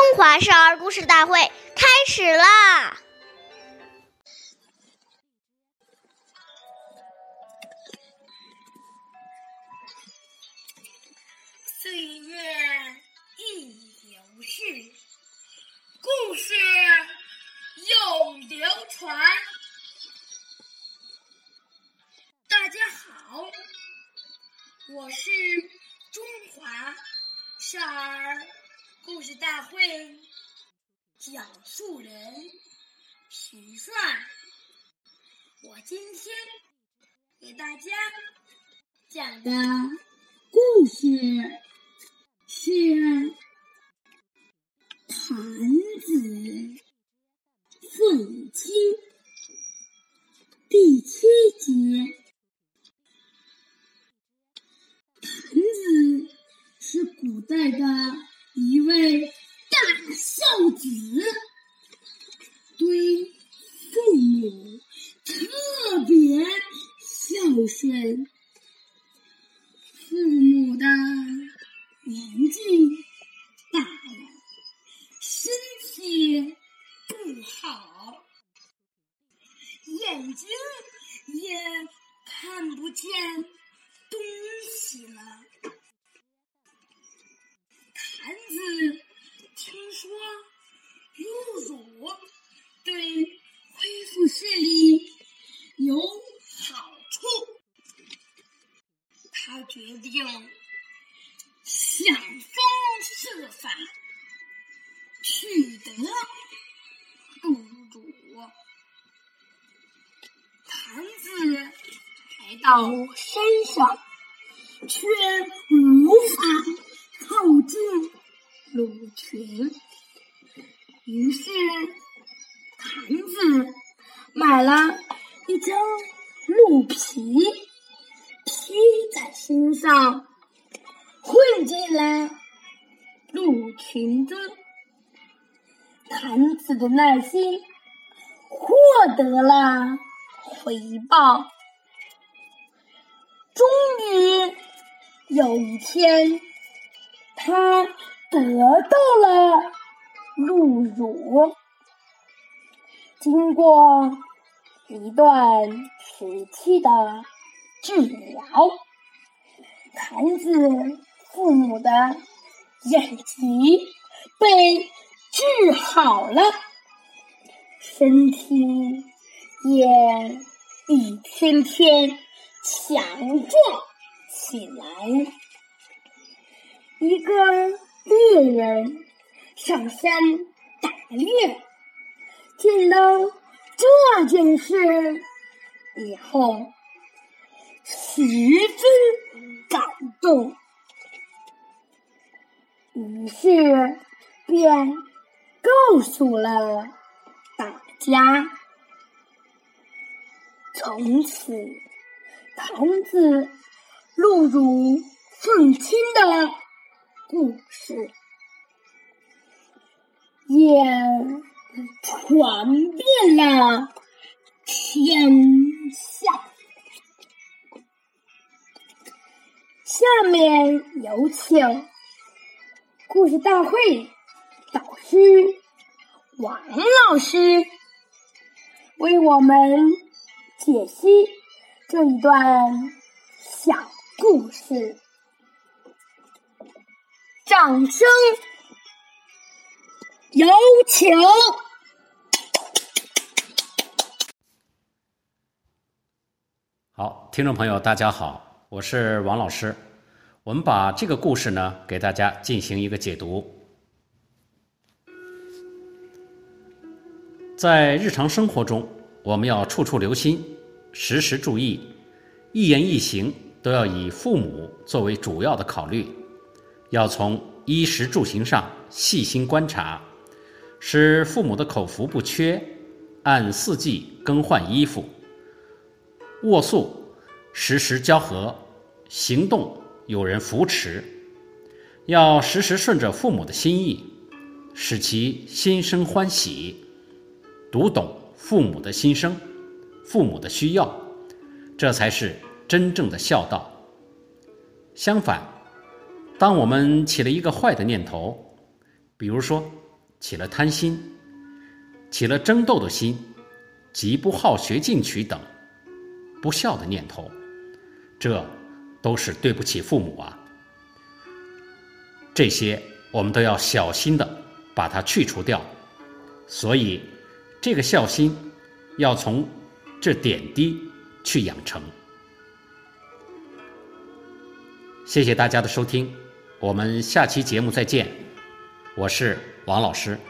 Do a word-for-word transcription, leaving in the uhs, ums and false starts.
华少儿故事大会开始啦！ 岁月易流逝，故事永流传。大家好，我是中华少儿故事大会讲述人徐帅。我今天给大家讲的故事是盘子凤亲第七节。盘子是古代的一位大孝子，对父母特别孝顺。父母的年纪大了，身体不好，眼睛也看不见东西了。坛子听说入乳对恢复视力有好处，他决定想方设法取得入乳。坛子来到山上，却无法靠近鹿群，于是坛子买了一张鹿皮，披在身上，混进了鹿群中。坛子的耐心获得了回报。终于有一天，他得到了鹿乳。经过一段时期的治疗，坛子父母的眼疾被治好了，身体也一天天强壮起来。一个猎人上山打猎，见到这件事以后，十分感动，于是便告诉了大家。从此，坛子入乳凤亲的故事也传遍了天下。下面有请故事大会导师王老师为我们解析这一段小故事。掌声有请。 好，听众朋友大家好，我是王老师。我们把这个故事呢给大家进行一个解读。在日常生活中，我们要处处留心，时时注意，一言一行都要以父母作为主要的考虑，要从衣食住行上细心观察，使父母的口福不缺，按四季更换衣服，卧宿时时交合，行动有人扶持，要时时顺着父母的心意，使其心生欢喜，读懂父母的心声，父母的需要，这才是真正的孝道。相反，当我们起了一个坏的念头，比如说起了贪心，起了争斗的心，及不好学进取等不孝的念头，这都是对不起父母啊。这些我们都要小心的把它去除掉。所以这个孝心要从这点滴去养成。谢谢大家的收听，我们下期节目再见。我是王老师。